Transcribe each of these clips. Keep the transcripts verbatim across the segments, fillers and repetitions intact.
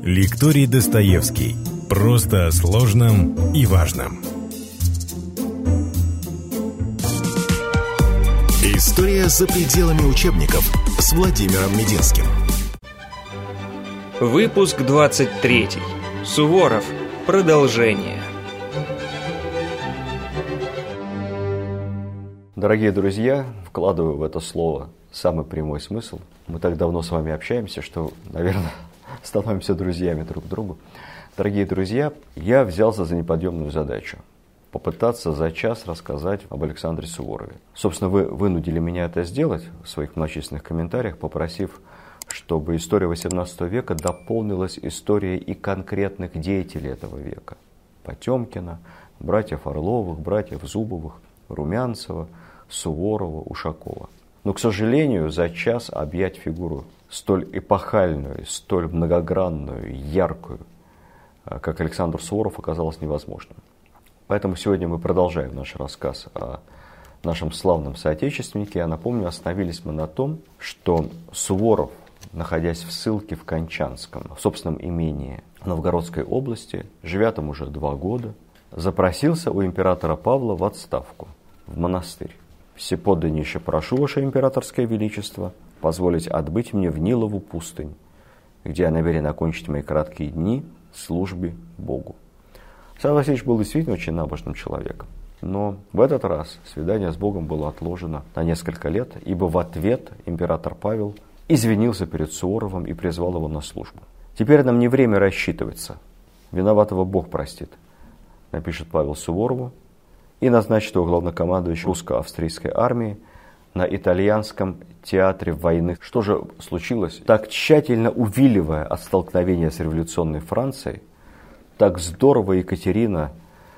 Лекторий Достоевский. Просто о сложном и важном. История за пределами учебников с Владимиром Мединским. Выпуск двадцать третий. Суворов. Продолжение. Дорогие друзья, вкладываю в это слово самый прямой смысл. Мы так давно с вами общаемся, что, наверное, становимся друзьями друг другу. Дорогие друзья, я взялся за неподъемную задачу – попытаться за час рассказать об Александре Суворове. Собственно, вы вынудили меня это сделать в своих многочисленных комментариях, попросив, чтобы история восемнадцатого века дополнилась историей и конкретных деятелей этого века. Потемкина, братьев Орловых, братьев Зубовых, Румянцева, Суворова, Ушакова. Но, к сожалению, за час объять фигуру столь эпохальную, столь многогранную, яркую, как Александр Суворов, оказалось невозможным. Поэтому сегодня мы продолжаем наш рассказ о нашем славном соотечественнике. Я напомню, остановились мы на том, что Суворов, находясь в ссылке в Кончанском, в собственном имении Новгородской области, живя там уже два года, запросился у императора Павла в отставку, в монастырь. «Всеподданнейше прошу, ваше императорское величество, позволить отбыть мне в Нилову пустынь, где я намерен окончить мои краткие дни в службе Богу». Александр Васильевич был действительно очень набожным человеком, но в этот раз свидание с Богом было отложено на несколько лет, ибо в ответ император Павел извинился перед Суворовым и призвал его на службу. «Теперь нам не время рассчитываться, виноватого Бог простит», напишет Павел Суворову, и назначит его главнокомандующим русско-австрийской армии на итальянском театре войны. Что же случилось? Так тщательно увиливая от столкновения с революционной Францией, так здорово Екатерина,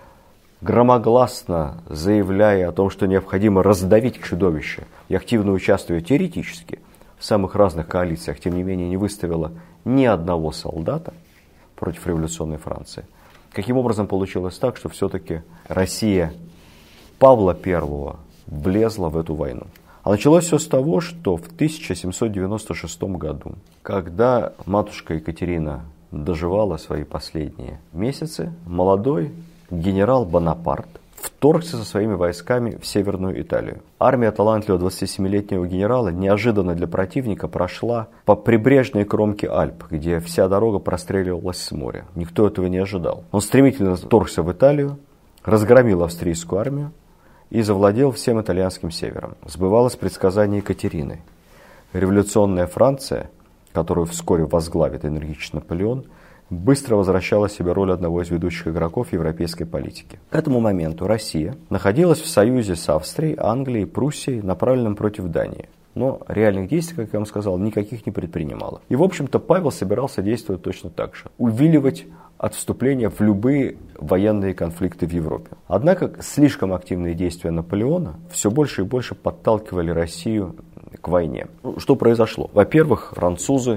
громогласно заявляя о том, что необходимо раздавить чудовище, и активно участвуя теоретически в самых разных коалициях, тем не менее не выставила ни одного солдата против революционной Франции. Каким образом получилось так, что все-таки Россия Павла Первого влезла в эту войну? А началось все с того, что в тысяча семьсот девяносто шестом году, когда матушка Екатерина доживала свои последние месяцы, молодой генерал Бонапарт вторгся со своими войсками в Северную Италию. Армия талантливого двадцатисемилетнего генерала неожиданно для противника прошла по прибрежной кромке Альп, где вся дорога простреливалась с моря. Никто этого не ожидал. Он стремительно вторгся в Италию, разгромил австрийскую армию и завладел всем итальянским севером. Сбывалось предсказание Екатерины. Революционная Франция, которую вскоре возглавит энергичный Наполеон, быстро возвращала себе роль одного из ведущих игроков европейской политики. К этому моменту Россия находилась в союзе с Австрией, Англией, Пруссией, направленным против Дании. Но реальных действий, как я вам сказал, никаких не предпринимала. И, в общем-то, Павел собирался действовать точно так же. Увиливать от вступления в любые военные конфликты в Европе. Однако слишком активные действия Наполеона все больше и больше подталкивали Россию к войне. Что произошло? Во-первых, французы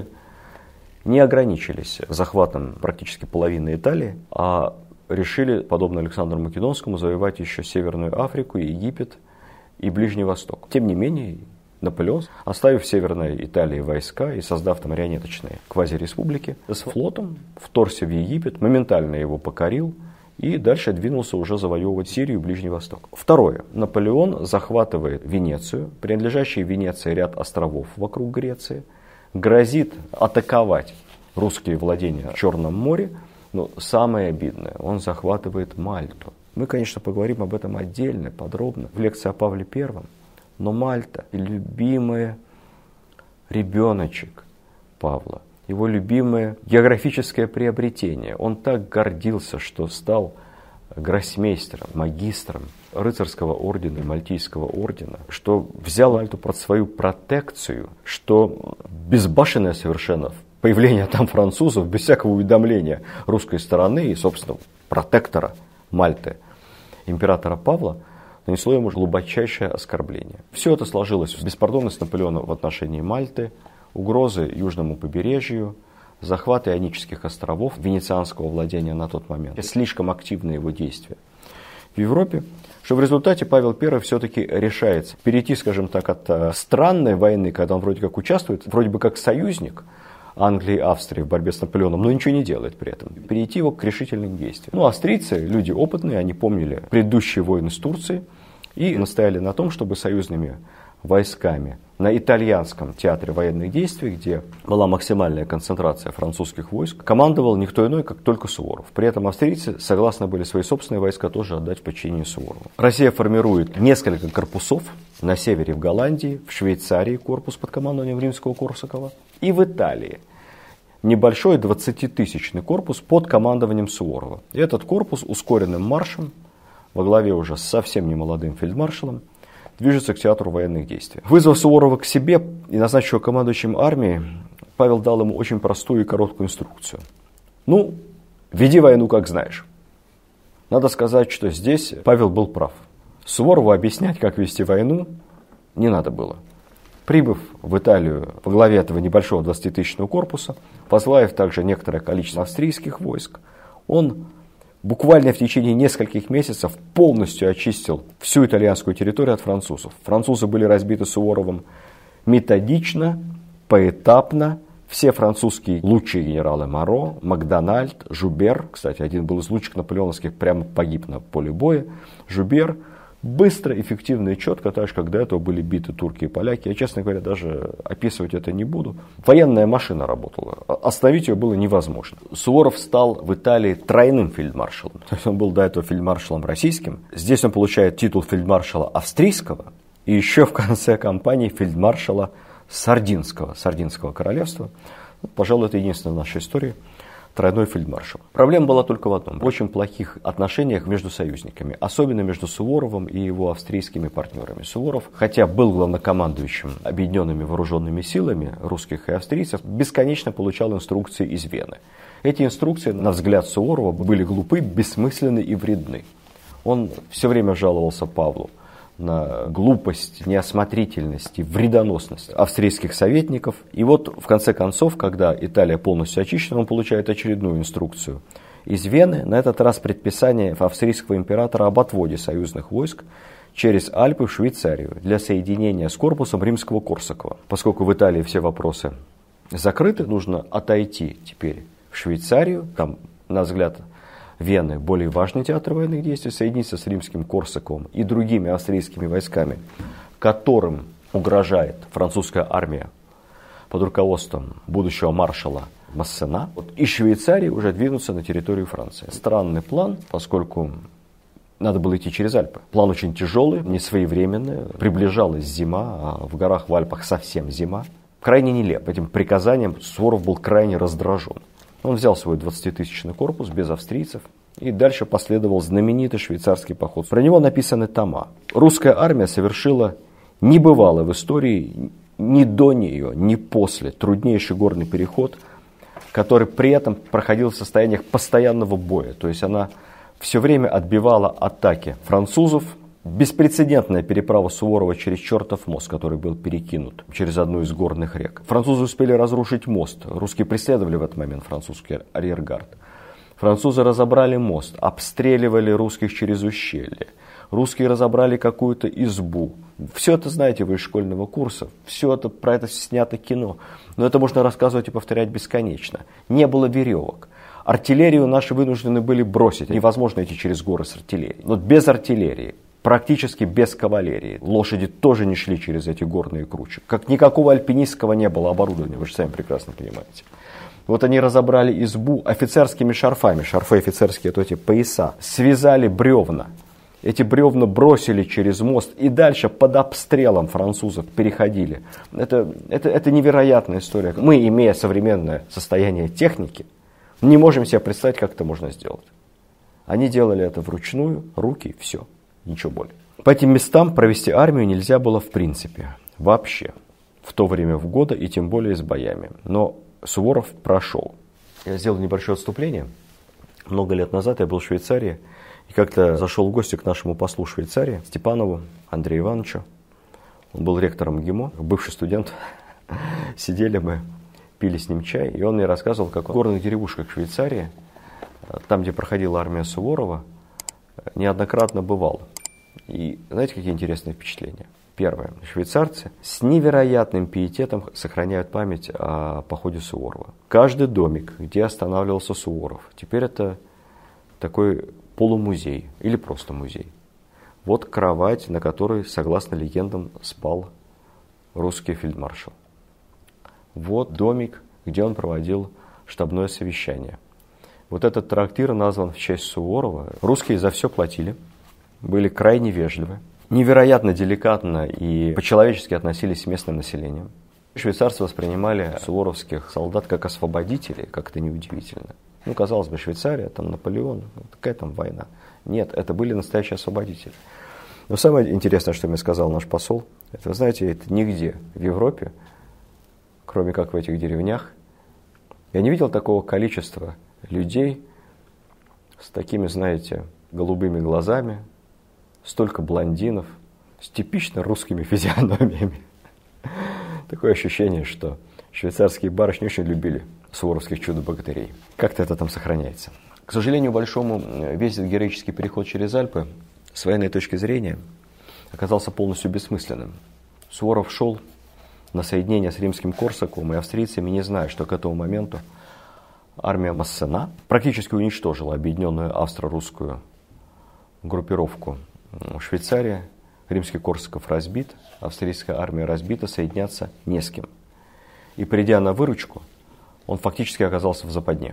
не ограничились захватом практически половины Италии, а решили, подобно Александру Македонскому, завоевать еще Северную Африку, Египет и Ближний Восток. Тем не менее, Наполеон, оставив в Северной Италии войска и создав там марионеточные квазиреспублики, с флотом вторгся в Египет, моментально его покорил и дальше двинулся уже завоевывать Сирию и Ближний Восток. Второе. Наполеон захватывает Венецию, принадлежащий Венеции ряд островов вокруг Греции, грозит атаковать русские владения в Черном море, но самое обидное, он захватывает Мальту. Мы, конечно, поговорим об этом отдельно, подробно, в лекции о Павле Первом, но Мальта, любимый ребеночек Павла, его любимое географическое приобретение. Он так гордился, что стал гроссмейстером, магистром рыцарского ордена, Мальтийского ордена, что взял Мальту под свою протекцию, что безбашенное совершенно появление там французов, без всякого уведомления русской стороны и, собственно, протектора Мальты, императора Павла, нанесло ему глубочайшее оскорбление. Все это сложилось в беспардонность Наполеона в отношении Мальты, угрозы южному побережью, захват Ионических островов, венецианского владения на тот момент, слишком активные его действия в Европе, что в результате Павел Первый все-таки решается перейти, скажем так, от странной войны, когда он вроде как участвует, вроде бы как союзник, Англии и Австрии в борьбе с Наполеоном, но ничего не делает при этом. Перейти его к решительным действиям. Ну, австрийцы, люди опытные, они помнили предыдущие войны с Турцией и настояли на том, чтобы союзными войсками на итальянском театре военных действий, где была максимальная концентрация французских войск, командовал никто иной, как только Суворов. При этом австрийцы согласны были свои собственные войска тоже отдать в подчинение Суворову. Россия формирует несколько корпусов на севере в Голландии, в Швейцарии корпус под командованием Римского-Корсакова и в Италии небольшой двадцатитысячный корпус под командованием Суворова. И этот корпус ускоренным маршем во главе уже с совсем немолодым фельдмаршалом движется к театру военных действий. Вызвав Суворова к себе и назначив его командующим армией, Павел дал ему очень простую и короткую инструкцию. Ну, веди войну как знаешь. Надо сказать, что здесь Павел был прав. Суворову объяснять, как вести войну, не надо было. Прибыв в Италию во главе этого небольшого двадцатитысячного корпуса, возглавив также некоторое количество австрийских войск, он буквально в течение нескольких месяцев полностью очистил всю итальянскую территорию от французов. Французы были разбиты Суворовым методично, поэтапно. Все французские лучшие генералы Моро, Макдональд, Жубер, кстати, один был из лучших наполеоновских, прямо погиб на поле боя, Жубер, быстро, эффективно и четко, так же, как до этого были биты турки и поляки. Я, честно говоря, даже описывать это не буду. Военная машина работала. Остановить ее было невозможно. Суворов стал в Италии тройным фельдмаршалом. То есть он был до этого фельдмаршалом российским. Здесь он получает титул фельдмаршала австрийского. И еще в конце кампании фельдмаршала Сардинского, Сардинского королевства. Пожалуй, это единственная в нашей истории тройной фельдмаршал. Проблема была только в одном. В очень плохих отношениях между союзниками. Особенно между Суворовым и его австрийскими партнерами. Суворов, хотя был главнокомандующим объединенными вооруженными силами русских и австрийцев, бесконечно получал инструкции из Вены. Эти инструкции, на взгляд Суворова, были глупы, бессмысленны и вредны. Он все время жаловался Павлу на глупость, неосмотрительность и вредоносность австрийских советников. И вот, в конце концов, когда Италия полностью очищена, он получает очередную инструкцию из Вены, на этот раз предписание австрийского императора об отводе союзных войск через Альпы в Швейцарию для соединения с корпусом римского Корсакова. Поскольку в Италии все вопросы закрыты, нужно отойти теперь в Швейцарию, там, на взгляд Вены, более важный театр военных действий, соединиться с римским Корсаковым и другими австрийскими войсками, которым угрожает французская армия под руководством будущего маршала Массена, вот, из Швейцарии уже двинуться на территорию Франции. Странный план, поскольку надо было идти через Альпы. План очень тяжелый, несвоевременный, приближалась зима, а в горах в Альпах совсем зима. Крайне нелеп. Этим приказанием Суворов был крайне раздражен. Он взял свой двадцатитысячный корпус без австрийцев, и дальше последовал знаменитый швейцарский поход. Про него написаны тома. Русская армия совершила небывалый в истории ни до нее, ни после труднейший горный переход, который при этом проходил в состояниях постоянного боя. То есть она все время отбивала атаки французов. Беспрецедентная переправа Суворова через чертов мост, который был перекинут через одну из горных рек. Французы успели разрушить мост. Русские преследовали в этот момент французский арьергард. Французы разобрали мост, обстреливали русских через ущелье. Русские разобрали какую-то избу. Все это знаете вы из школьного курса. Все это, про это снято кино. Но это можно рассказывать и повторять бесконечно. Не было веревок. Артиллерию наши вынуждены были бросить. Невозможно идти через горы с артиллерией. Вот без артиллерии, практически без кавалерии. Лошади тоже не шли через эти горные кручи. Как никакого альпинистского не было оборудования, вы же сами прекрасно понимаете. Вот они разобрали избу офицерскими шарфами. Шарфы офицерские, это эти пояса. Связали бревна. Эти бревна бросили через мост и дальше под обстрелом французов переходили. Это, это, это невероятная история. Мы, имея современное состояние техники, не можем себе представить, как это можно сделать. Они делали это вручную, руки, все. Ничего более. По этим местам провести армию нельзя было в принципе. Вообще. В то время в года и тем более с боями. Но Суворов прошел. Я сделал небольшое отступление. Много лет назад я был в Швейцарии. И как-то зашел в гости к нашему послу в Швейцарии, Степанову Андрею Ивановичу. Он был ректором ГИМО, бывший студент. Сидели мы, пили с ним чай. И он мне рассказывал, как в горных деревушках Швейцарии, там, где проходила армия Суворова, неоднократно бывал. И знаете, какие интересные впечатления? Первое. Швейцарцы с невероятным пиететом сохраняют память о походе Суворова. Каждый домик, где останавливался Суворов, теперь это такой полумузей или просто музей. Вот кровать, на которой, согласно легендам, спал русский фельдмаршал. Вот домик, где он проводил штабное совещание. Вот этот трактир назван в честь Суворова. Русские за все платили, были крайне вежливы, невероятно деликатно и по-человечески относились к местным населением. Швейцарцы воспринимали суворовских солдат как освободителей, как это неудивительно. Ну, казалось бы, Швейцария, там Наполеон, какая там война. Нет, это были настоящие освободители. Но самое интересное, что мне сказал наш посол, это, вы знаете, это нигде в Европе, кроме как в этих деревнях, я не видел такого количества людей с такими, знаете, голубыми глазами, столько блондинов с типично русскими физиономиями. Такое ощущение, что швейцарские барышни очень любили суворовских чудо-богатырей. Как-то это там сохраняется. К сожалению, большому, весь этот героический переход через Альпы с военной точки зрения оказался полностью бессмысленным. Суворов шел на соединение с римским Корсаком и австрийцами, не зная, что к этому моменту армия Массена практически уничтожила объединенную австро-русскую группировку в Швейцарии. Римский Корсаков разбит, австрийская армия разбита, соединяться не с кем. И придя на выручку, он фактически оказался в западне,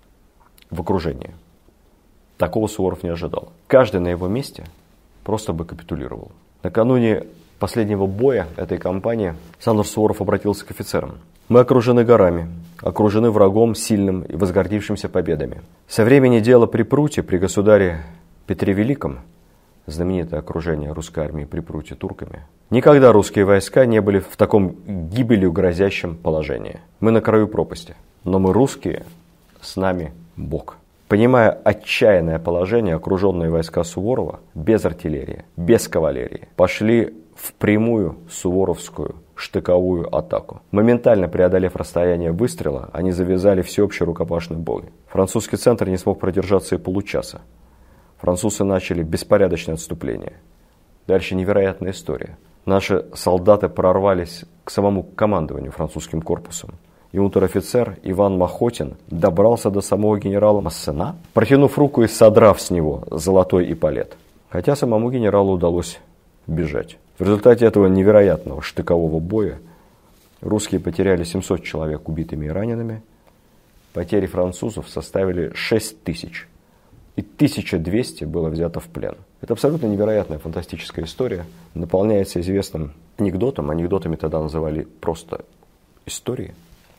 в окружении. Такого Суворов не ожидал. Каждый на его месте просто бы капитулировал. Накануне последнего боя этой кампании Александр Суворов обратился к офицерам. «Мы окружены горами, окружены врагом сильным и возгордившимся победами. Со времени дела при Пруте, при государе Петре Великом, знаменитое окружение русской армии при Пруте турками, никогда русские войска не были в таком гибелью грозящем положении. Мы на краю пропасти, но мы русские, с нами Бог». Понимая отчаянное положение, окруженные войска Суворова без артиллерии, без кавалерии пошли в прямую суворовскую штыковую атаку. Моментально преодолев расстояние выстрела, они завязали всеобщий рукопашный бой. Французский центр не смог продержаться и получаса. Французы начали беспорядочное отступление. Дальше невероятная история. Наши солдаты прорвались к самому командованию французским корпусом. И унтер-офицер Иван Махотин добрался до самого генерала Массена, протянув руку и содрав с него золотой эполет. Хотя самому генералу удалось бежать. В результате этого невероятного штыкового боя русские потеряли семьсот человек убитыми и ранеными. Потери французов составили шесть тысяч. И тысяча двести было взято в плен. Это абсолютно невероятная фантастическая история. Наполняется известным анекдотом. Анекдотами тогда называли просто истории.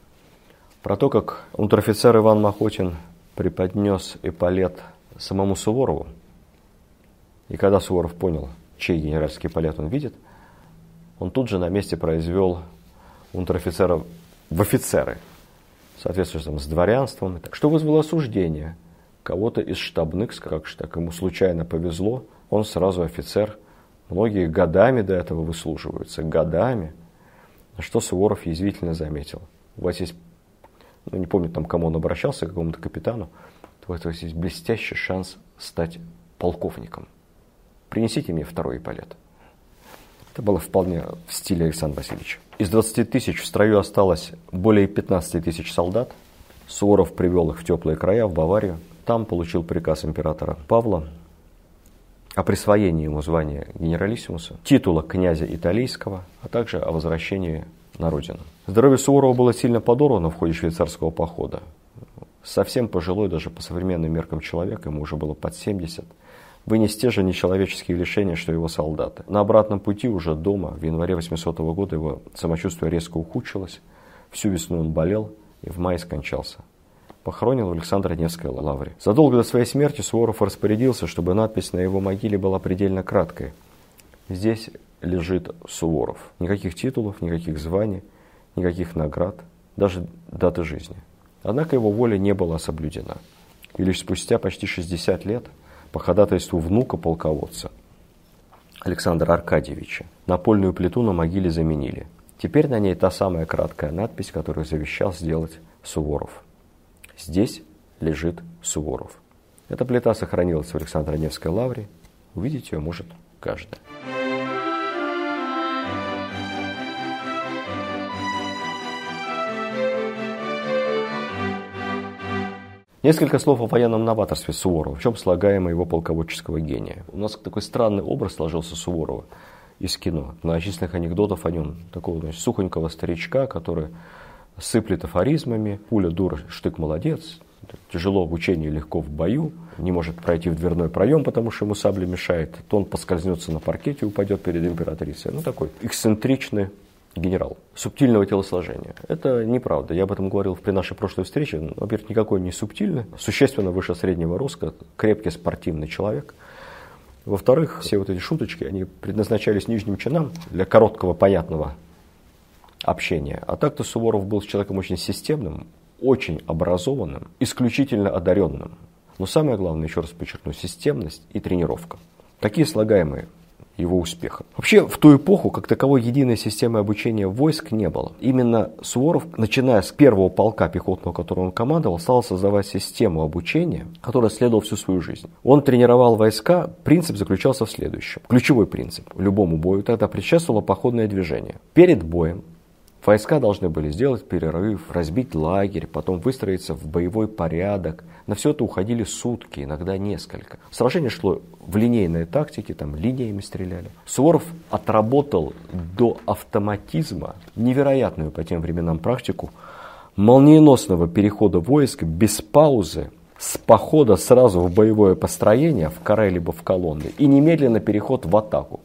Про то, как унтер-офицер Иван Махотин преподнес эполет самому Суворову. И когда Суворов понял, чей генеральский эполет он видит, он тут же на месте произвел унтер-офицера в офицеры, соответственно, с дворянством. Что вызвало осуждение кого-то из штабных, как же так ему случайно повезло, он сразу офицер. Многие годами до этого выслуживаются, годами. На что Суворов язвительно заметил: у вас есть, ну не помню там, к кому он обращался, к какому-то капитану, у вас есть блестящий шанс стать полковником. Принесите мне второй эполет. Это было вполне в стиле Александра Васильевича. Из двадцати тысяч в строю осталось более пятнадцати тысяч солдат. Суворов привел их в теплые края, в Баварию. Там получил приказ императора Павла о присвоении ему звания генералиссимуса, титула князя Италийского, а также о возвращении на родину. Здоровье Суворова было сильно подорвано в ходе швейцарского похода. Совсем пожилой, даже по современным меркам человек, ему уже было под семьдесят. Вынес те же нечеловеческие лишения, что его солдаты. На обратном пути уже дома, в январе восьмисотого года, его самочувствие резко ухудшилось. Всю весну он болел и в мае скончался. Похоронен в Александро-Невской лавре. Задолго до своей смерти Суворов распорядился, чтобы надпись на его могиле была предельно краткой. Здесь лежит Суворов. Никаких титулов, никаких званий, никаких наград, даже даты жизни. Однако его воля не была соблюдена. И лишь спустя почти шестьдесят лет, по ходатайству внука полководца Александра Аркадьевича, напольную плиту на могиле заменили. Теперь на ней та самая краткая надпись, которую завещал сделать Суворов. Здесь лежит Суворов. Эта плита сохранилась в Александро-Невской лавре. Увидеть ее может каждый. Несколько слов о военном новаторстве Суворова, в чем слагаемое его полководческого гения. У нас такой странный образ сложился Суворова из кино. Многочисленных анекдотов о нем. Такого, значит, сухонького старичка, который сыплет афоризмами. Пуля дура, штык молодец. Тяжело в учении, легко в бою. Не может пройти в дверной проем, потому что ему сабля мешает. То он поскользнется на паркете и упадет перед императрицей. Ну, такой эксцентричный генерал субтильного телосложения. Это неправда. Я об этом говорил при нашей прошлой встрече. Во-первых, никакой не субтильный. Существенно выше среднего роста. Крепкий спортивный человек. Во-вторых, все вот эти шуточки, они предназначались нижним чинам для короткого, понятного общения. А так-то Суворов был человеком очень системным, очень образованным, исключительно одаренным. Но самое главное, еще раз подчеркну, системность и тренировка. Такие слагаемые его успеха. Вообще, в ту эпоху, как таковой единой системы обучения войск не было. Именно Суворов, начиная с первого полка пехотного, которым он командовал, стал создавать систему обучения, которая следовала всю свою жизнь. Он тренировал войска, принцип заключался в следующем. Ключевой принцип любому бою тогда предшествовало походное движение. Перед боем войска должны были сделать перерыв, разбить лагерь, потом выстроиться в боевой порядок. На все это уходили сутки, иногда несколько. Сражение шло в линейной тактике, там линиями стреляли. Суворов отработал до автоматизма невероятную по тем временам практику молниеносного перехода войск без паузы, с похода сразу в боевое построение, в каре либо в колонны, и немедленно переход в атаку.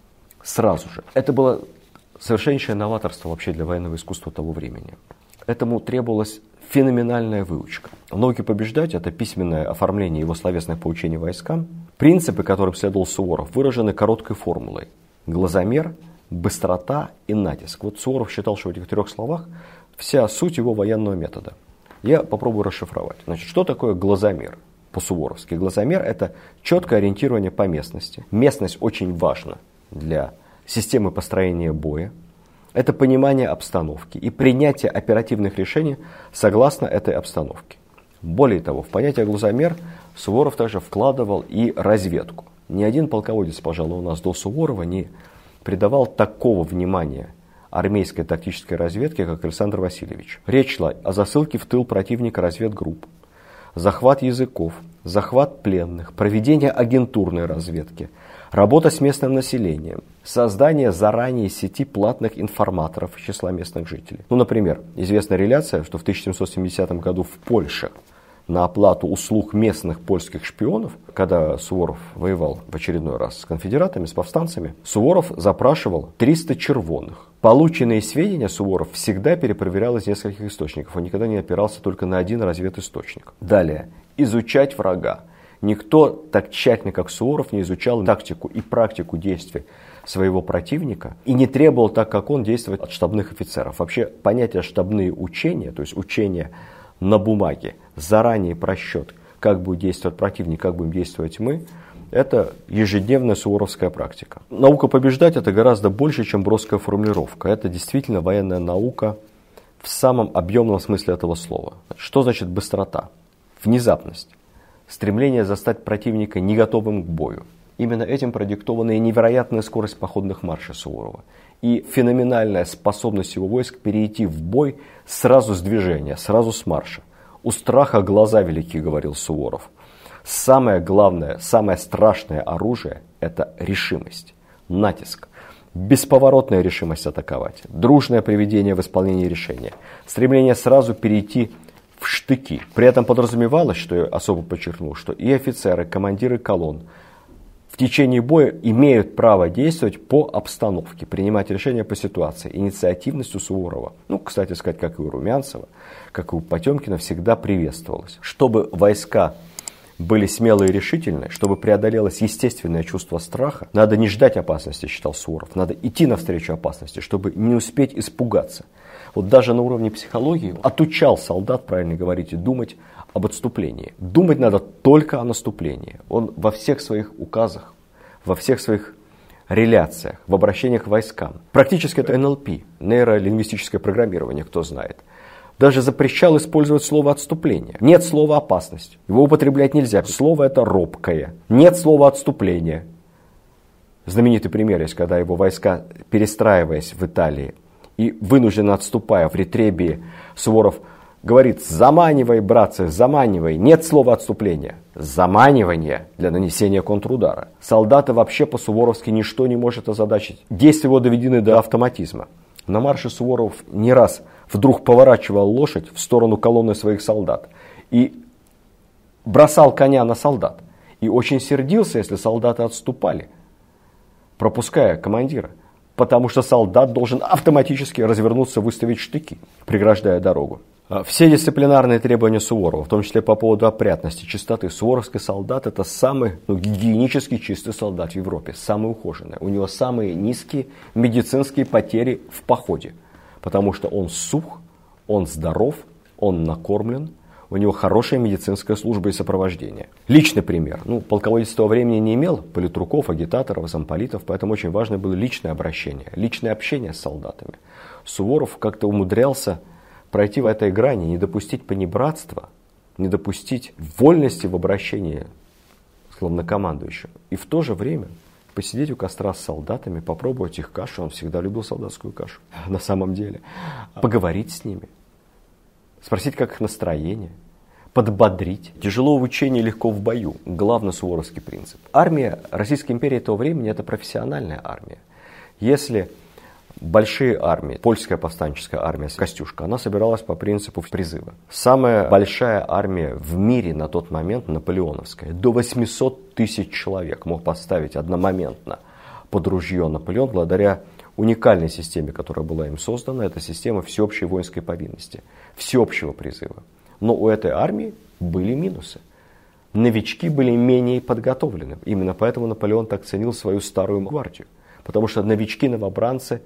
Сразу же. Это было совершеннейшее новаторство вообще для военного искусства того времени. Этому требовалась феноменальная выучка. В науке побеждать — это письменное оформление его словесных поучений войскам. Принципы, которым следовал Суворов, выражены короткой формулой: глазомер, быстрота и натиск. Вот Суворов считал, что в этих трех словах вся суть его военного метода. Я попробую расшифровать. Значит, что такое глазомер по-суворовски? Глазомер — это четкое ориентирование по местности. Местность очень важна для системы построения боя. Это понимание обстановки и принятие оперативных решений согласно этой обстановке. Более того, в понятие глазомер Суворов также вкладывал и разведку. Ни один полководец, пожалуй, у нас до Суворова не придавал такого внимания армейской тактической разведке, как Александр Васильевич. Речь шла о засылке в тыл противника разведгрупп, захват языков, захват пленных, проведение агентурной разведки, работа с местным населением, создание заранее сети платных информаторов из числа местных жителей. Ну, например, известна реляция, что в тысяча семьсот семидесятом году в Польше на оплату услуг местных польских шпионов, когда Суворов воевал в очередной раз с конфедератами, с повстанцами, Суворов запрашивал триста червонных. Полученные сведения Суворов всегда перепроверял из нескольких источников. Он никогда не опирался только на один разведисточник. Далее. Изучать врага. Никто так тщательно, как Суворов, не изучал тактику и практику действий своего противника и не требовал, так как он, действовать от штабных офицеров. Вообще понятие штабные учения, то есть учения на бумаге, заранее просчет, как будет действовать противник, как будем действовать мы, это ежедневная суворовская практика. Наука побеждать — это гораздо больше, чем броская формулировка. Это действительно военная наука в самом объемном смысле этого слова. Что значит быстрота? Внезапность. Стремление застать противника не готовым к бою. Именно этим продиктована и невероятная скорость походных маршей Суворова. И феноменальная способность его войск перейти в бой сразу с движения, сразу с марша. «У страха глаза велики», — говорил Суворов. Самое главное, самое страшное оружие — это решимость, натиск. Бесповоротная решимость атаковать, дружное приведение в исполнение решения, стремление сразу перейти в штыки. При этом подразумевалось, что я особо подчеркнул, что и офицеры, командиры колонн в течение боя имеют право действовать по обстановке, принимать решения по ситуации. Инициативность у Суворова, ну, кстати сказать, как и у Румянцева, как и у Потемкина, всегда приветствовалась. Чтобы войска были смелые и решительны, чтобы преодолелось естественное чувство страха, надо не ждать опасности, считал Суворов, надо идти навстречу опасности, чтобы не успеть испугаться. Вот даже на уровне психологии отучал солдат, правильно говорите, думать об отступлении. Думать надо только о наступлении. Он во всех своих указах, во всех своих реляциях, в обращениях к войскам. Практически это эн эл пи, нейролингвистическое программирование, кто знает. Даже запрещал использовать слово «отступление». Нет слова «опасность». Его употреблять нельзя. Слово это робкое. Нет слова «отступление». Знаменитый пример есть, когда его войска, перестраиваясь в Италии и вынужденно отступая в Ретребии, Суворов говорит: заманивай, братцы, заманивай. Нет слова отступления. Заманивание для нанесения контрудара. Солдата вообще по-суворовски ничто не может озадачить. Действия его доведены до автоматизма. На марше Суворов не раз вдруг поворачивал лошадь в сторону колонны своих солдат и бросал коня на солдат. И очень сердился, если солдаты отступали, пропуская командира. Потому что солдат должен автоматически развернуться, выставить штыки, преграждая дорогу. Все дисциплинарные требования Суворова, в том числе по поводу опрятности, чистоты. Суворовский солдат — это самый ну, гигиенически чистый солдат в Европе, самый ухоженный. У него самые низкие медицинские потери в походе, потому что он сух, он здоров, он накормлен, у него хорошая медицинская служба и сопровождение. Личный пример. Ну, полководец того времени не имел политруков, агитаторов, замполитов, поэтому очень важно было личное обращение, личное общение с солдатами. Суворов как-то умудрялся пройти в этой грани, не допустить понебратства, не допустить вольности в обращении с главнокомандующим. И в то же время посидеть у костра с солдатами, попробовать их кашу. Он всегда любил солдатскую кашу, на самом деле. Поговорить с ними, спросить, как их настроение, подбодрить. Тяжело в учении, легко в бою. Главный суворовский принцип. Армия Российской империи того времени — это профессиональная армия. Если большие армии, польская повстанческая армия Костюшка, она собиралась по принципу призыва. Самая большая армия в мире на тот момент, наполеоновская, до восемьсот тысяч человек мог поставить одномоментно под ружье Наполеон благодаря уникальной системе, которая была им создана. Это система всеобщей воинской повинности, всеобщего призыва. Но у этой армии были минусы. Новички были менее подготовлены. Именно поэтому Наполеон так ценил свою старую гвардию. Потому что новички-новобранцы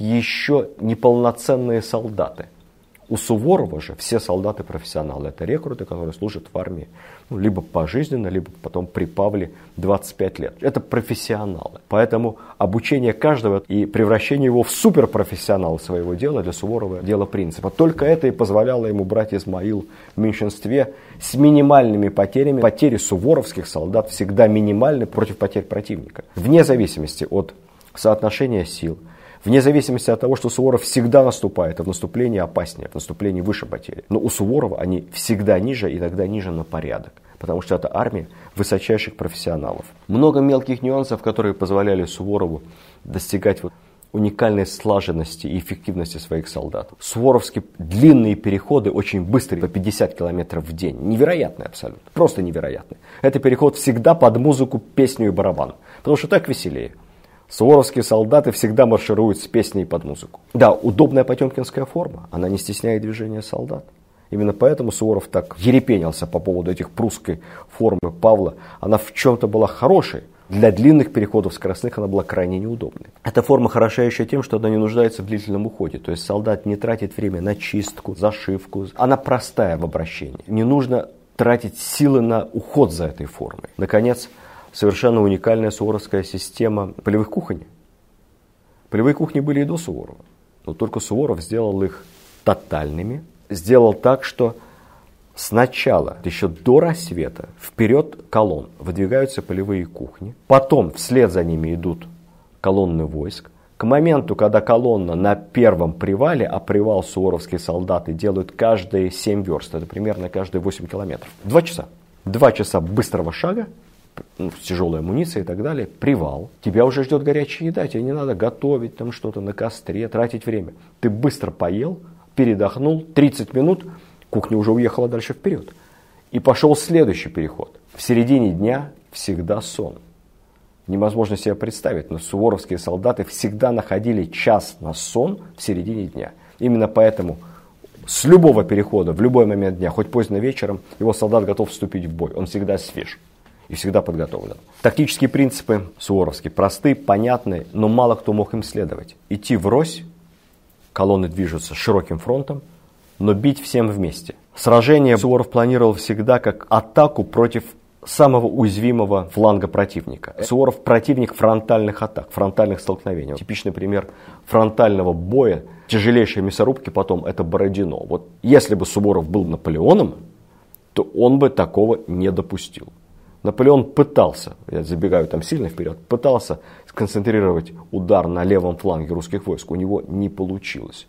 еще неполноценные солдаты. У Суворова же все солдаты профессионалы. Это рекруты, которые служат в армии ну, либо пожизненно, либо потом при Павле двадцать пять лет. Это профессионалы. Поэтому обучение каждого и превращение его в суперпрофессионала своего дела для Суворова дело принципа. Только это и позволяло ему брать Измаил в меньшинстве с минимальными потерями. Потери суворовских солдат всегда минимальны против потерь противника. Вне зависимости от соотношения сил, вне зависимости от того, что Суворов всегда наступает, а в наступлении опаснее, в наступлении выше потери. Но у Суворова они всегда ниже, иногда ниже на порядок, потому что это армия высочайших профессионалов. Много мелких нюансов, которые позволяли Суворову достигать вот уникальной слаженности и эффективности своих солдат. Суворовские длинные переходы, очень быстрые, по пятьдесят километров в день. Невероятные абсолютно, просто невероятные. Это переход всегда под музыку, песню и барабан, потому что так веселее. Суворовские солдаты всегда маршируют с песней под музыку. Да, удобная потемкинская форма, она не стесняет движения солдат. Именно поэтому Суворов так ерепенился по поводу этих прусской формы Павла. Она в чем-то была хорошей. Для длинных переходов скоростных она была крайне неудобной. Эта форма хороша еще тем, что она не нуждается в длительном уходе. То есть солдат не тратит время на чистку, зашивку. Она простая в обращении. Не нужно тратить силы на уход за этой формой. Наконец, совершенно уникальная суворовская система полевых кухонь. Полевые кухни были и до Суворова, но только Суворов сделал их тотальными. Сделал так, что сначала, еще до рассвета, вперед колонн выдвигаются полевые кухни. Потом вслед за ними идут колонны войск. К моменту, когда колонна на первом привале, а привал суворовские солдаты делают каждые семь верст, это примерно каждые восемь километров. Два часа. Два часа быстрого шага, ну, с тяжелой амуницией и так далее, привал. Тебя уже ждет горячая еда, тебе не надо готовить там что-то на костре, тратить время. Ты быстро поел, передохнул, тридцать минут, кухня уже уехала дальше вперед. И пошел следующий переход. В середине дня всегда сон. Невозможно себе представить, но суворовские солдаты всегда находили час на сон в середине дня. Именно поэтому с любого перехода, в любой момент дня, хоть поздно вечером, его солдат готов вступить в бой. Он всегда свеж и всегда подготовлен. Тактические принципы суворовские просты, понятны, но мало кто мог им следовать. Идти врозь, колонны движутся широким фронтом, но бить всем вместе. Сражение Суворов планировал всегда как атаку против самого уязвимого фланга противника. Суворов противник фронтальных атак, фронтальных столкновений. Типичный пример фронтального боя, тяжелейшей мясорубки потом, это Бородино. Вот если бы Суворов был Наполеоном, то он бы такого не допустил. Наполеон пытался, я забегаю там сильно вперед, пытался сконцентрировать удар на левом фланге русских войск. У него не получилось.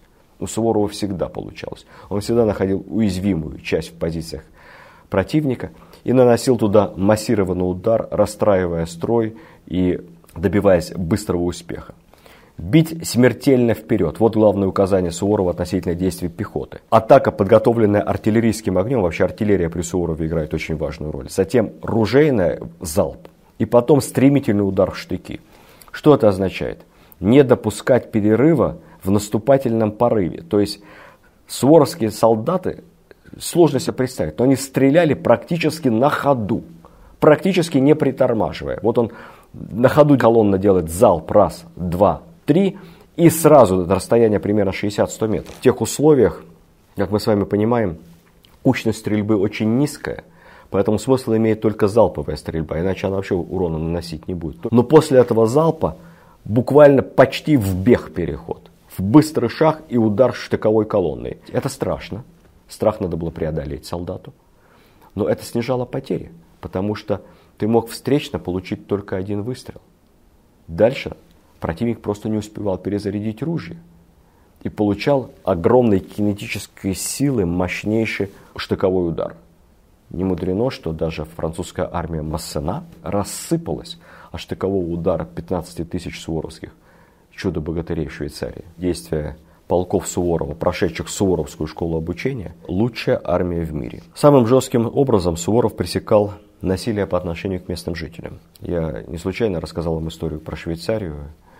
У Суворова всегда получалось. Он всегда находил уязвимую часть в позициях противника и наносил туда массированный удар, расстраивая строй и добиваясь быстрого успеха. Бить смертельно вперед. Вот главное указание Суворова относительно действий пехоты. Атака, подготовленная артиллерийским огнем, вообще артиллерия при Суворове играет очень важную роль. Затем ружейный залп и потом стремительный удар в штыки. Что это означает? Не допускать перерыва в наступательном порыве. То есть суворовские солдаты, сложно себе представить, но они стреляли практически на ходу, практически не притормаживая. Вот он на ходу колонна делает залп раз, два, три, и сразу это расстояние примерно шестьдесят-сто метров. В тех условиях, как мы с вами понимаем, кучность стрельбы очень низкая, поэтому смысл имеет только залповая стрельба, иначе она вообще урона наносить не будет. Но после этого залпа буквально почти в бег переход, в быстрый шаг и удар штыковой колонной. Это страшно, страх надо было преодолеть солдату, но это снижало потери, потому что ты мог встречно получить только один выстрел. Дальше противник просто не успевал перезарядить ружье и получал огромной кинетической силы мощнейший штыковой удар. Не мудрено, что даже французская армия Массена рассыпалась от штыкового удара пятнадцати тысяч суворовских чудо-богатырей в Швейцарии. Действия полков Суворова, прошедших Суворовскую школу обучения, лучшая армия в мире. Самым жестким образом Суворов пресекал насилие по отношению к местным жителям. Я не случайно рассказал вам историю про Швейцарию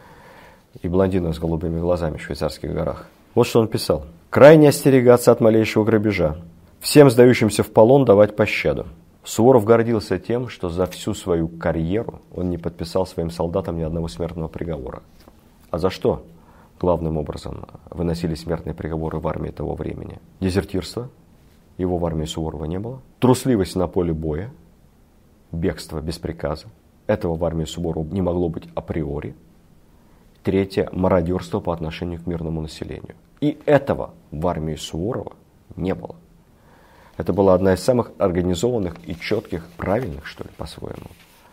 и блондина с голубыми глазами в швейцарских горах. Вот что он писал. «Крайне остерегаться от малейшего грабежа. Всем сдающимся в полон давать пощаду». Суворов гордился тем, что за всю свою карьеру он не подписал своим солдатам ни одного смертного приговора. А за что? Главным образом выносили смертные приговоры в армии того времени. Дезертирство. Его в армии Суворова не было. Трусливость на поле боя. Бегство без приказа. Этого в армии Суворова не могло быть априори. Третье – мародерство по отношению к мирному населению. И этого в армии Суворова не было. Это была одна из самых организованных и четких, правильных, что ли, по-своему,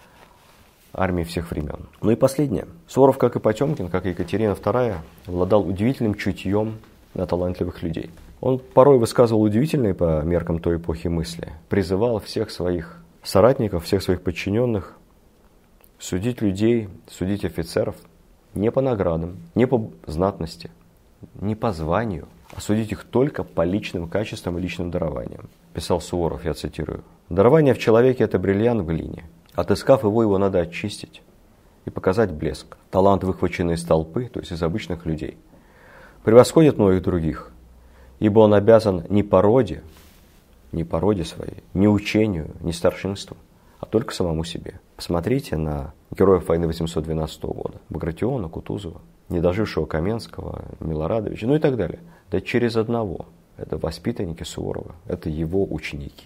армий всех времен. Ну и последнее. Суворов, как и Потемкин, как и Екатерина вторая, обладал удивительным чутьем на талантливых людей. Он порой высказывал удивительные по меркам той эпохи мысли. Призывал всех своих соратников, всех своих подчиненных судить людей, судить офицеров не по наградам, не по знатности, не по званию, а судить их только по личным качествам и личным дарованиям. Писал Суворов, я цитирую. «Дарование в человеке – это бриллиант в глине. Отыскав его, его надо очистить и показать блеск. Талант, выхваченный из толпы, то есть из обычных людей, превосходит многих других, ибо он обязан не породе, не породе своей, не учению, не старшинству, а только самому себе. Посмотрите на героев войны восемьсот двенадцатого года. Багратиона, Кутузова, недожившего Каменского, Милорадовича, ну и так далее. Да через одного. Это воспитанники Суворова, это его ученики.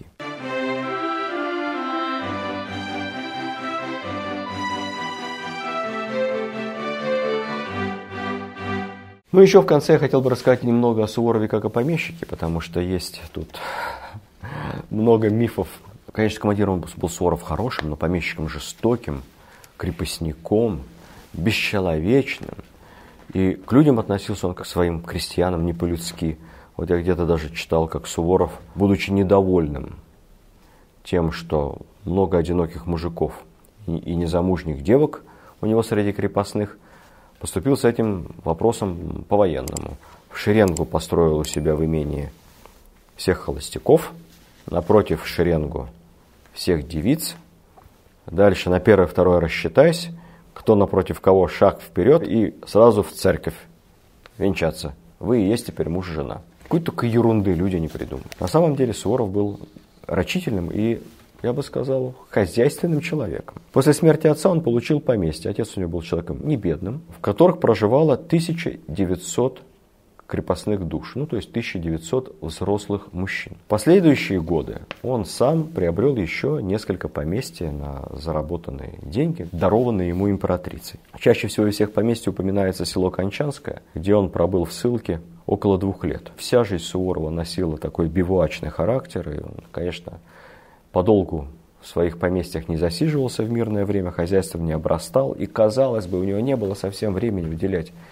Ну, еще в конце я хотел бы рассказать немного о Суворове как о помещике, потому что есть тут много мифов. Конечно, командиром был Суворов хорошим, но помещиком жестоким, крепостником, бесчеловечным. И к людям относился он как к своим крестьянам не по-людски. Вот я где-то даже читал, как Суворов, будучи недовольным тем, что много одиноких мужиков и незамужних девок у него среди крепостных, поступил с этим вопросом по-военному. В шеренгу построил у себя в имении всех холостяков, напротив в шеренгу всех девиц, дальше на первое, второе рассчитайся, кто напротив кого, шаг вперед и сразу в церковь венчаться. Вы и есть теперь муж и жена. Какой только ерунды люди не придумают. На самом деле Суворов был рачительным и, я бы сказал, хозяйственным человеком. После смерти отца он получил поместье. Отец у него был человеком не бедным, в которых проживало тысяча девятьсот крепостных душ, ну то есть тысяча девятьсот взрослых мужчин. В последующие годы он сам приобрел еще несколько поместьй на заработанные деньги, дарованные ему императрицей. Чаще всего из всех поместьй упоминается село Кончанское, где он пробыл в ссылке около двух лет. Вся жизнь Суворова носила такой бивуачный характер, и он, конечно, подолгу в своих поместьях не засиживался в мирное время, хозяйством не обрастал, и, казалось бы, у него не было совсем времени уделять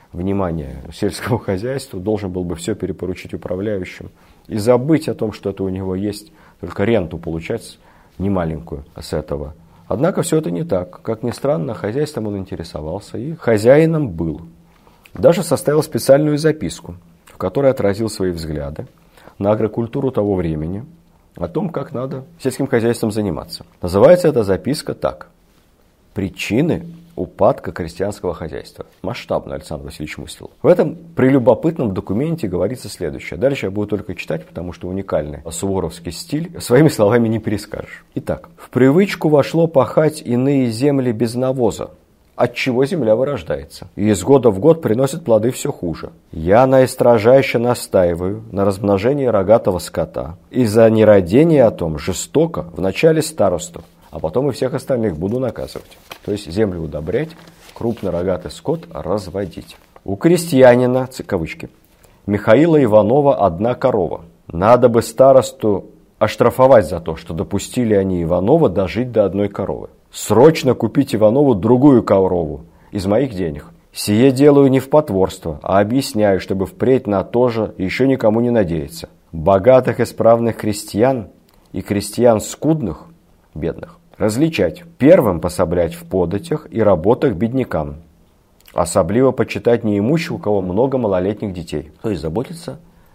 внимание сельскому хозяйству, должен был бы все перепоручить управляющим и забыть о том, что это у него есть, только ренту получать немаленькую с этого. Однако все это не так. Как ни странно, хозяйством он интересовался и хозяином был. Даже составил специальную записку, в которой отразил свои взгляды на агрокультуру того времени, о том, как надо сельским хозяйством заниматься. Называется эта записка так: «Причины упадка крестьянского хозяйства». Масштабно Александр Васильевич мыслил. В этом прелюбопытном документе говорится следующее. Дальше я буду только читать, потому что уникальный суворовский стиль своими словами не перескажешь. Итак. «В привычку вошло пахать иные земли без навоза, отчего земля вырождается, и из года в год приносит плоды все хуже. Я наистрожайше настаиваю на размножении рогатого скота, и за нерадение о том жестоко вначале старосту, а потом и всех остальных буду наказывать». То есть землю удобрять, крупный рогатый скот разводить. У крестьянина, кавычки, Михаила Иванова одна корова. Надо бы старосту оштрафовать за то, что допустили они Иванова дожить до одной коровы. Срочно купить Иванову другую корову из моих денег. Сие делаю не в потворство, а объясняю, чтобы впредь на то же еще никому не надеяться. Богатых исправных крестьян и крестьян скудных, бедных, различать. Первым пособлять в податях и работах беднякам. Особливо почитать неимущих, у кого много малолетних детей. То есть заботиться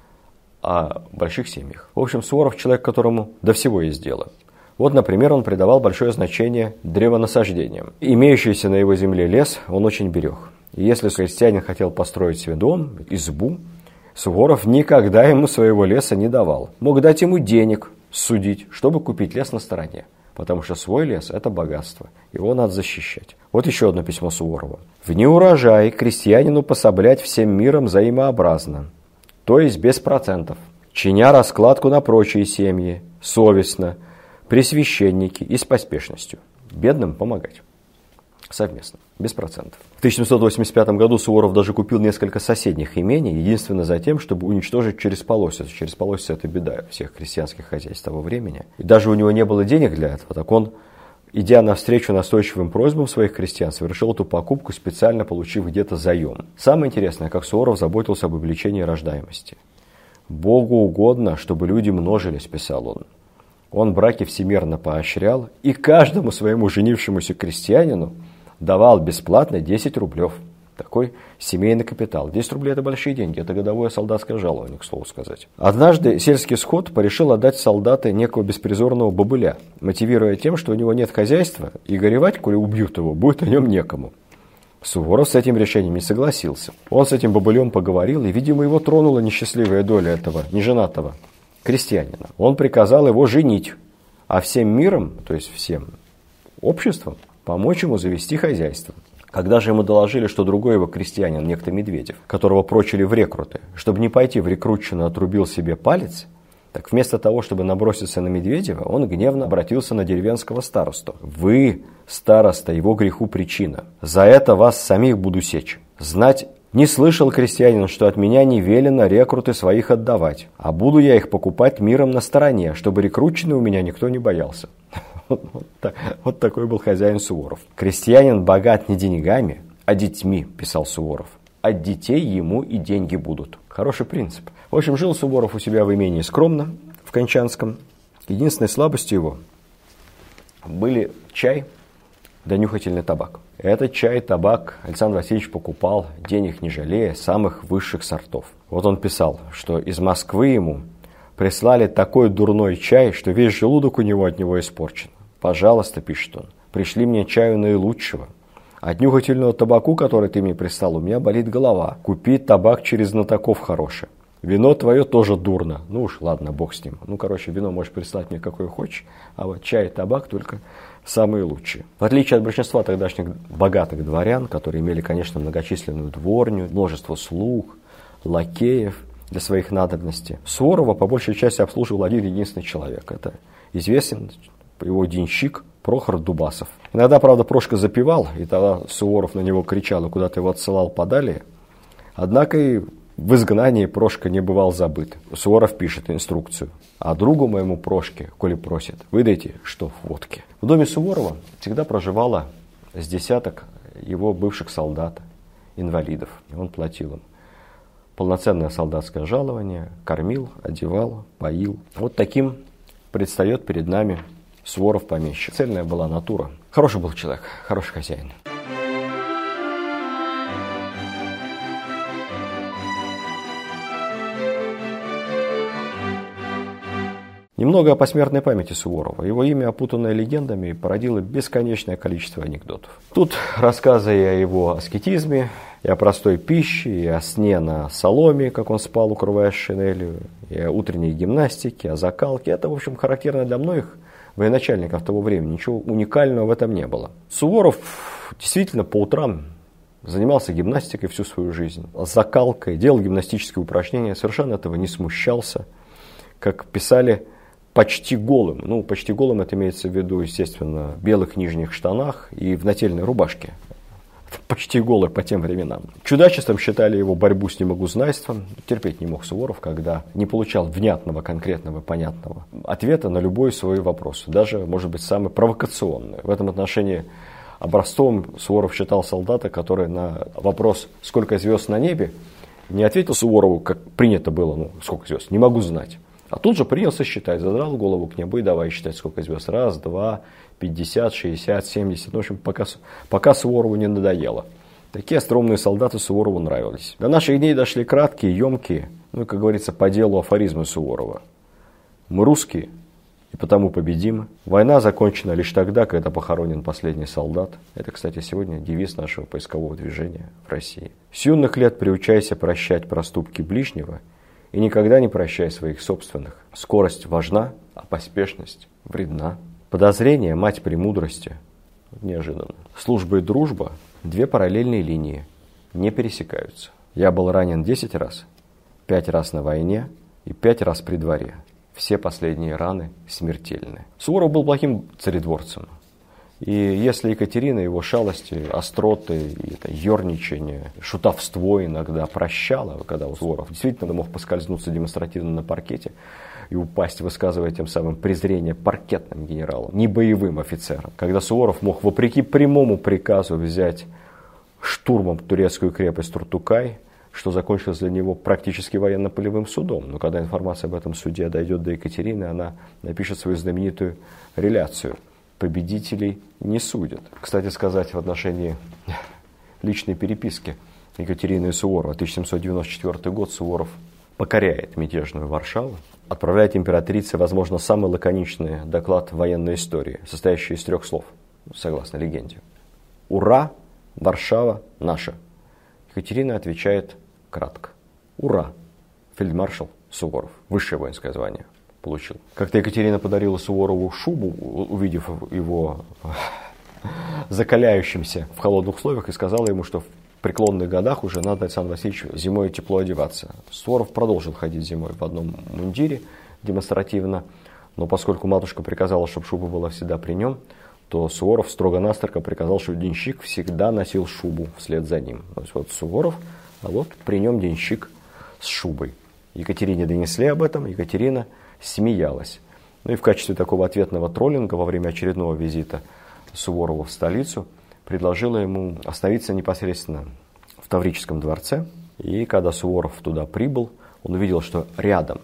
о больших семьях. В общем, Суворов человек, которому до всего есть дело. Вот, например, он придавал большое значение древонасаждениям. Имеющийся на его земле лес он очень берег. И если крестьянин хотел построить себе дом, избу, Суворов никогда ему своего леса не давал. Мог дать ему денег судить, чтобы купить лес на стороне. Потому что свой лес – это богатство, его надо защищать. Вот еще одно письмо Суворова. «В неурожай крестьянину пособлять всем миром взаимообразно, то есть без процентов, чиня раскладку на прочие семьи, совестно, при священнике и с поспешностью. Бедным помогать. Совместно, без процентов». В тысяча семьсот восемьдесят пятом году Суворов даже купил несколько соседних имений, единственно за тем, чтобы уничтожить через полосицу. Через полосицу – это беда всех крестьянских хозяйств того времени. И даже у него не было денег для этого, так он, идя навстречу настойчивым просьбам своих крестьян, совершил эту покупку, специально получив где-то заем. Самое интересное, как Суворов заботился об увеличении рождаемости. «Богу угодно, чтобы люди множились», – писал он. Он браки всемерно поощрял и каждому своему женившемуся крестьянину давал бесплатно десять рублев. Такой семейный капитал. десять рублей – это большие деньги, это годовое солдатское жалование, к слову сказать. Однажды сельский сход порешил отдать в солдаты некого беспризорного бобыля, мотивируя тем, что у него нет хозяйства, и горевать, коли убьют его, будет о нем некому. Суворов с этим решением не согласился. Он с этим бобылем поговорил, и, видимо, его тронула несчастливая доля этого неженатого крестьянина. Он приказал его женить, а всем миром, то есть всем обществом, помочь ему завести хозяйство. Когда же ему доложили, что другой его крестьянин, некто Медведев, которого прочили в рекруты, чтобы не пойти в рекрутчину, отрубил себе палец, так вместо того, чтобы наброситься на Медведева, он гневно обратился на деревенского старосту. «Вы, староста, его греху причина. За это вас самих буду сечь. Знать не слышал крестьянин, что от меня не велено рекруты своих отдавать, а буду я их покупать миром на стороне, чтобы рекрутчины у меня никто не боялся». Вот, вот, так, вот такой был хозяин Суворов. «Крестьянин богат не деньгами, а детьми», писал Суворов. «От детей ему и деньги будут». Хороший принцип. В общем, жил Суворов у себя в имении скромно, в Кончанском. Единственной слабостью его были чай да нюхательный табак. Этот чай и табак Александр Васильевич покупал, денег не жалея, самых высших сортов. Вот он писал, что из Москвы ему прислали такой дурной чай, что весь желудок у него от него испорчен. «Пожалуйста», пишет он, — «пришли мне чаю наилучшего. От нюхательного табаку, который ты мне прислал, у меня болит голова. Купи табак через знатоков хороший. Вино твое тоже дурно». Ну уж ладно, бог с ним. Ну, короче, вино можешь прислать мне какое хочешь, а вот чай и табак только самые лучшие. В отличие от большинства тогдашних богатых дворян, которые имели, конечно, многочисленную дворню, множество слуг, лакеев для своих надобностей, Суворова по большей части обслуживал один единственный человек. Это известен его денщик Прохор Дубасов. Иногда, правда, Прошка запивал, и тогда Суворов на него кричал и куда-то его отсылал подалее. Однако и в изгнании Прошка не бывал забыт. Суворов пишет инструкцию: «А другу моему Прошке, коли просит, выдайте, что в водке». В доме Суворова всегда проживало с десяток его бывших солдат инвалидов. Он платил им полноценное солдатское жалование, кормил, одевал, поил. Вот таким предстает перед нами Суворов-помещик. Цельная была натура. Хороший был человек, хороший хозяин. Немного о посмертной памяти Суворова. Его имя, опутанное легендами, породило бесконечное количество анекдотов. Тут рассказы и о его аскетизме, и о простой пище, и о сне на соломе, как он спал, укрываясь шинелью, и о утренней гимнастике, о закалке. Это, в общем, характерно для многих военачальников того времени. Ничего уникального в этом не было. Суворов действительно по утрам занимался гимнастикой всю свою жизнь, закалкой, делал гимнастические упражнения, совершенно этого не смущался. Как писали, почти голым. Ну, почти голым это имеется в виду, естественно, в белых нижних штанах и в нательной рубашке. Почти голый по тем временам. Чудачеством считали его борьбу с немогузнайством. Терпеть не мог Суворов, когда не получал внятного, конкретного, понятного ответа на любой свой вопрос. Даже, может быть, самый провокационный. В этом отношении образцовым Суворов считал солдата, который на вопрос «Сколько звезд на небе?» не ответил Суворову, как принято было, ну, сколько звезд, не могу знать. А тут же принялся считать, задрал голову к небу и давай считать, сколько звезд. Раз, два, пятьдесят, шестьдесят, семьдесят. Ну, в общем, пока, пока Суворову не надоело. Такие остроумные солдаты Суворову нравились. До наших дней дошли краткие, емкие, ну, как говорится, по делу афоризмы Суворова. Мы русские и потому победим. Война закончена лишь тогда, когда похоронен последний солдат. Это, кстати, сегодня девиз нашего поискового движения в России. С юных лет приучайся прощать проступки ближнего и никогда не прощай своих собственных. Скорость важна, а поспешность вредна. Подозрение – мать премудрости. Неожиданно. Служба и дружба – две параллельные линии, не пересекаются. Я был ранен десять раз, пять раз на войне и пять раз при дворе. Все последние раны смертельны. Суворов был плохим царедворцем. И если Екатерина его шалости, остроты, это ерничание, шутовство иногда прощала, когда Суворов действительно мог поскользнуться демонстративно на паркете и упасть, высказывая тем самым презрение паркетным генералам, не боевым офицерам. Когда Суворов мог, вопреки прямому приказу, взять штурмом турецкую крепость Туртукай, что закончилось для него практически военно-полевым судом. Но когда информация об этом суде дойдет до Екатерины, она напишет свою знаменитую реляцию. Победителей не судят. Кстати сказать, в отношении личной переписки Екатерины и Суворова, тысяча семьсот девяносто четвёртый год, Суворов покоряет мятежную Варшаву, отправляет императрице, возможно, самый лаконичный доклад военной истории, состоящий из трех слов, согласно легенде. «Ура! Варшава наша!» Екатерина отвечает кратко. «Ура! Фельдмаршал Суворов». Высшее воинское звание получил. Как-то Екатерина подарила Суворову шубу, увидев его закаляющимся в холодных условиях, и сказала ему, что в преклонных годах уже надо, Александр Васильевич, зимой тепло одеваться. Суворов продолжил ходить зимой в одном мундире демонстративно, но поскольку матушка приказала, чтобы шуба была всегда при нем, то Суворов строго-настрого приказал, чтобы денщик всегда носил шубу вслед за ним. То есть вот Суворов, а вот при нем денщик с шубой. Екатерине донесли об этом, Екатерина смеялась. Ну и в качестве такого ответного троллинга во время очередного визита Суворова в столицу предложила ему остановиться непосредственно в Таврическом дворце. И когда Суворов туда прибыл, он увидел, что рядом,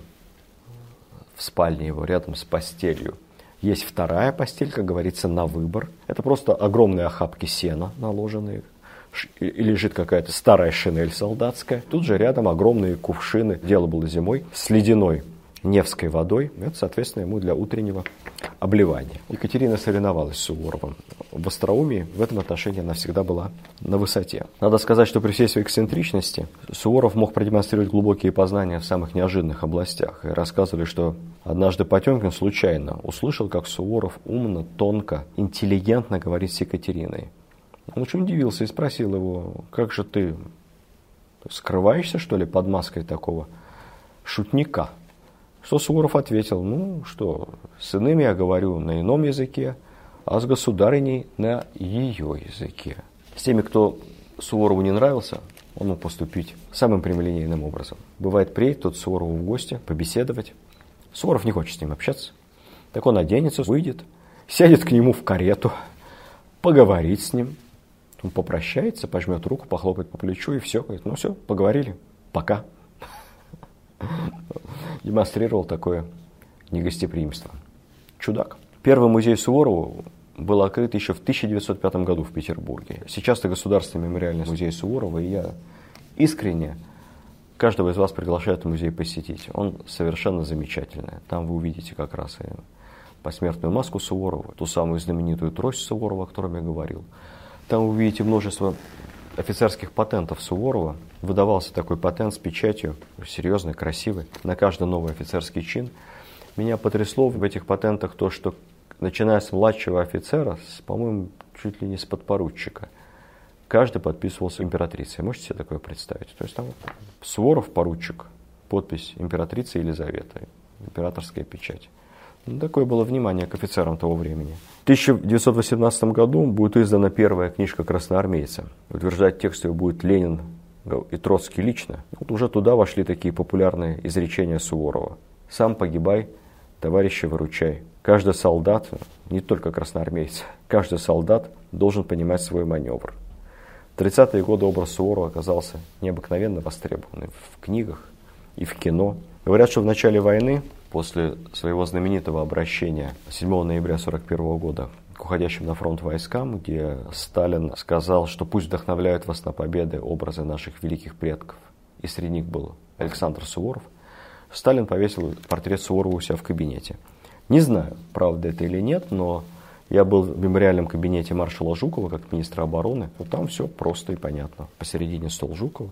в спальне его, рядом с постелью, есть вторая постель, как говорится, на выбор. Это просто огромные охапки сена, наложенные. И лежит какая-то старая шинель солдатская. Тут же рядом огромные кувшины, дело было зимой, с ледяной Невской водой. Это, соответственно, ему для утреннего обливания. Екатерина соревновалась с Суворовым в остроумии. В этом отношении она всегда была на высоте. Надо сказать, что при всей своей эксцентричности Суворов мог продемонстрировать глубокие познания в самых неожиданных областях. И рассказывали, что однажды Потемкин случайно услышал, как Суворов умно, тонко, интеллигентно говорит с Екатериной. Он очень удивился и спросил его: как же ты скрываешься, что ли, под маской такого шутника? Что Суворов ответил: ну что, с иными я говорю на ином языке, а с государыней на ее языке. С теми, кто Суворову не нравился, он мог поступить самым прямолинейным образом. Бывает, приедет тот Суворову в гости, побеседовать. Суворов не хочет с ним общаться. Так он оденется, выйдет, сядет к нему в карету, поговорит с ним. Он попрощается, пожмет руку, похлопает по плечу и все. Говорит, ну все, поговорили, пока. Демонстрировал такое негостеприимство. Чудак. Первый музей Суворова был открыт еще в тысяча девятьсот пятом году в Петербурге. Сейчас это Государственный мемориальный музей Суворова, и я искренне каждого из вас приглашаю этот музей посетить. Он совершенно замечательный. Там вы увидите как раз и посмертную маску Суворова, ту самую знаменитую трость Суворова, о которой я говорил. Там вы увидите множество офицерских патентов Суворова. Выдавался такой патент с печатью, серьезный, красивый, на каждый новый офицерский чин. Меня потрясло в этих патентах то, что начиная с младшего офицера, с, по-моему, чуть ли не с подпоручика, каждый подписывался императрицей. Можете себе такое представить? То есть там Суворов, поручик, подпись императрицы Елизаветы, императорская печать. Ну, такое было внимание к офицерам того времени. В тысяча девятьсот восемнадцатом году будет издана первая книжка красноармейца. Утверждать текст ее будет Ленин и Троцкий лично. Вот уже туда вошли такие популярные изречения Суворова. «Сам погибай, товарища выручай». Каждый солдат, не только красноармейец, каждый солдат должен понимать свой маневр. В тридцатые годы образ Суворова оказался необыкновенно востребованным в книгах и в кино. Говорят, что в начале войны, после своего знаменитого обращения седьмого ноября сорок первого года к уходящим на фронт войскам, где Сталин сказал, что пусть вдохновляют вас на победы образы наших великих предков, и среди них был Александр Суворов, Сталин повесил портрет Суворова у себя в кабинете. Не знаю, правда это или нет, но я был в мемориальном кабинете маршала Жукова, как министра обороны. Вот там все просто и понятно. Посередине стол Жукова,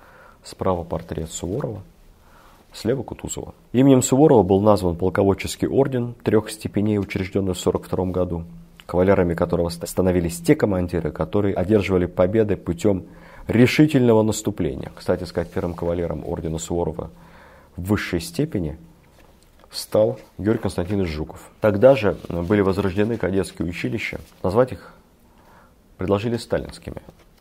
справа портрет Суворова, слева Кутузова. Именем Суворова был назван полководческий орден трех степеней, учрежденный в сорок втором году, кавалерами которого становились те командиры, которые одерживали победы путем решительного наступления. Кстати сказать, первым кавалером ордена Суворова в высшей степени стал Георгий Константинович Жуков. Тогда же были возрождены кадетские училища. Назвать их предложили сталинскими.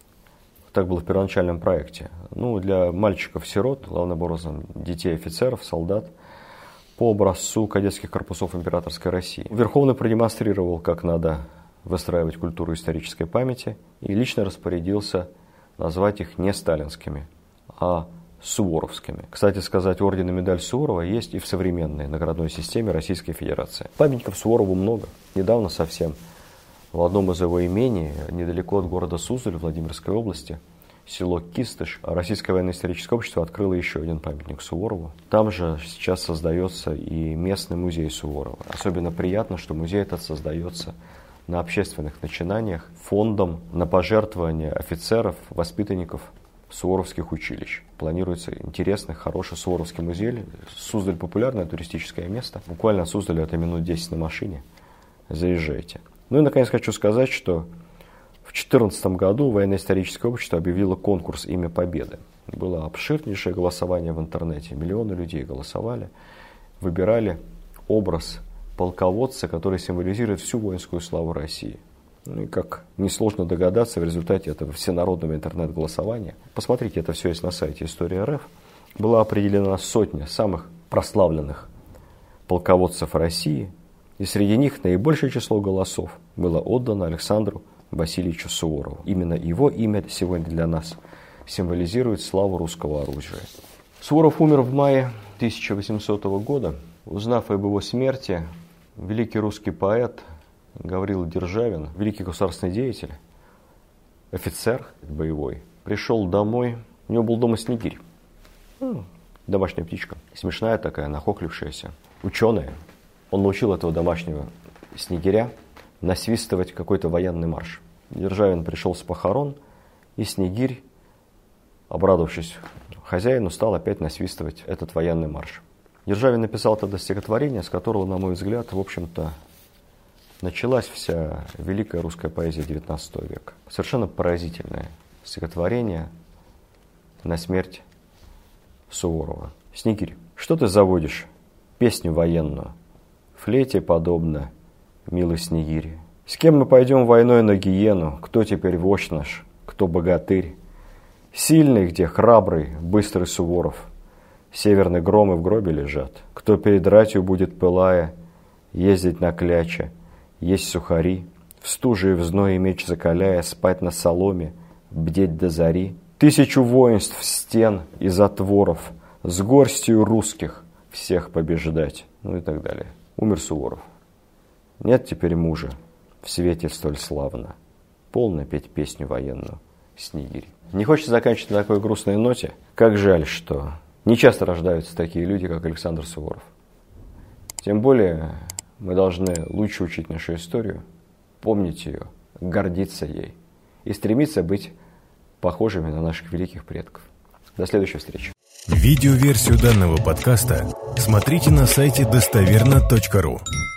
Так было в первоначальном проекте. Ну, для мальчиков-сирот, главным образом детей офицеров, солдат, по образцу кадетских корпусов императорской России. Верховный продемонстрировал, как надо выстраивать культуру исторической памяти, и лично распорядился назвать их не сталинскими, а суворовскими. Кстати сказать, орден и медаль Суворова есть и в современной наградной системе Российской Федерации. Памятников Суворову много. Недавно совсем в одном из его имений, недалеко от города Суздаль, Владимирской области, село Кистыш, Российское военно-историческое общество открыло еще один памятник Суворову. Там же сейчас создается и местный музей Суворова. Особенно приятно, что музей этот создается на общественных начинаниях, фондом на пожертвования офицеров, воспитанников суворовских училищ. Планируется интересный, хороший Суворовский музей. Суздаль — популярное туристическое место. Буквально от Суздаля это минут десять на машине. Заезжайте. Ну и, наконец, хочу сказать, что в две тысячи четырнадцатом году военно-историческое общество объявило конкурс «Имя Победы». Было обширнейшее голосование в интернете. Миллионы людей голосовали, выбирали образ полководца, который символизирует всю воинскую славу России. Ну и, как несложно догадаться, в результате этого всенародного интернет-голосования, посмотрите, это все есть на сайте История РФ, была определена сотня самых прославленных полководцев России, и среди них наибольшее число голосов было отдано Александру Васильевичу Суворову. Именно его имя сегодня для нас символизирует славу русского оружия. Суворов умер в мае тысяча восьмисотого года. Узнав об его смерти, великий русский поэт Гаврила Державин, великий государственный деятель, офицер боевой, пришел домой. У него был дома снегирь. Ну, домашняя птичка. Смешная такая, нахохлившаяся. Ученая. Он научил этого домашнего снегиря насвистывать какой-то военный марш. Державин пришел с похорон, и снегирь, обрадовавшись хозяину, стал опять насвистывать этот военный марш. Державин написал тогда стихотворение, с которого, на мой взгляд, в общем-то, началась вся великая русская поэзия девятнадцатого века. Совершенно поразительное стихотворение на смерть Суворова. Снегирь, что ты заводишь песню военную? Флейте подобно, милый Снегирь. С кем мы пойдем войной на гиену? Кто теперь вождь наш? Кто богатырь? Сильный где, храбрый, быстрый Суворов. Северные громы в гробе лежат. Кто перед ратью будет, пылая, ездить на кляче, есть сухари, в стуже и в зное меч закаляя, спать на соломе, бдеть до зари. Тысячу воинств стен и затворов, с горстью русских всех побеждать, ну и так далее. Умер Суворов. Нет теперь мужа в свете столь славно, полно петь песню военную «Снегирь». Не хочется заканчивать на такой грустной ноте. Как жаль, что не часто рождаются такие люди, как Александр Суворов. Тем более мы должны лучше учить нашу историю, помнить ее, гордиться ей и стремиться быть похожими на наших великих предков. До следующей встречи. Видеоверсию данного подкаста смотрите на сайте достоверно точка ру.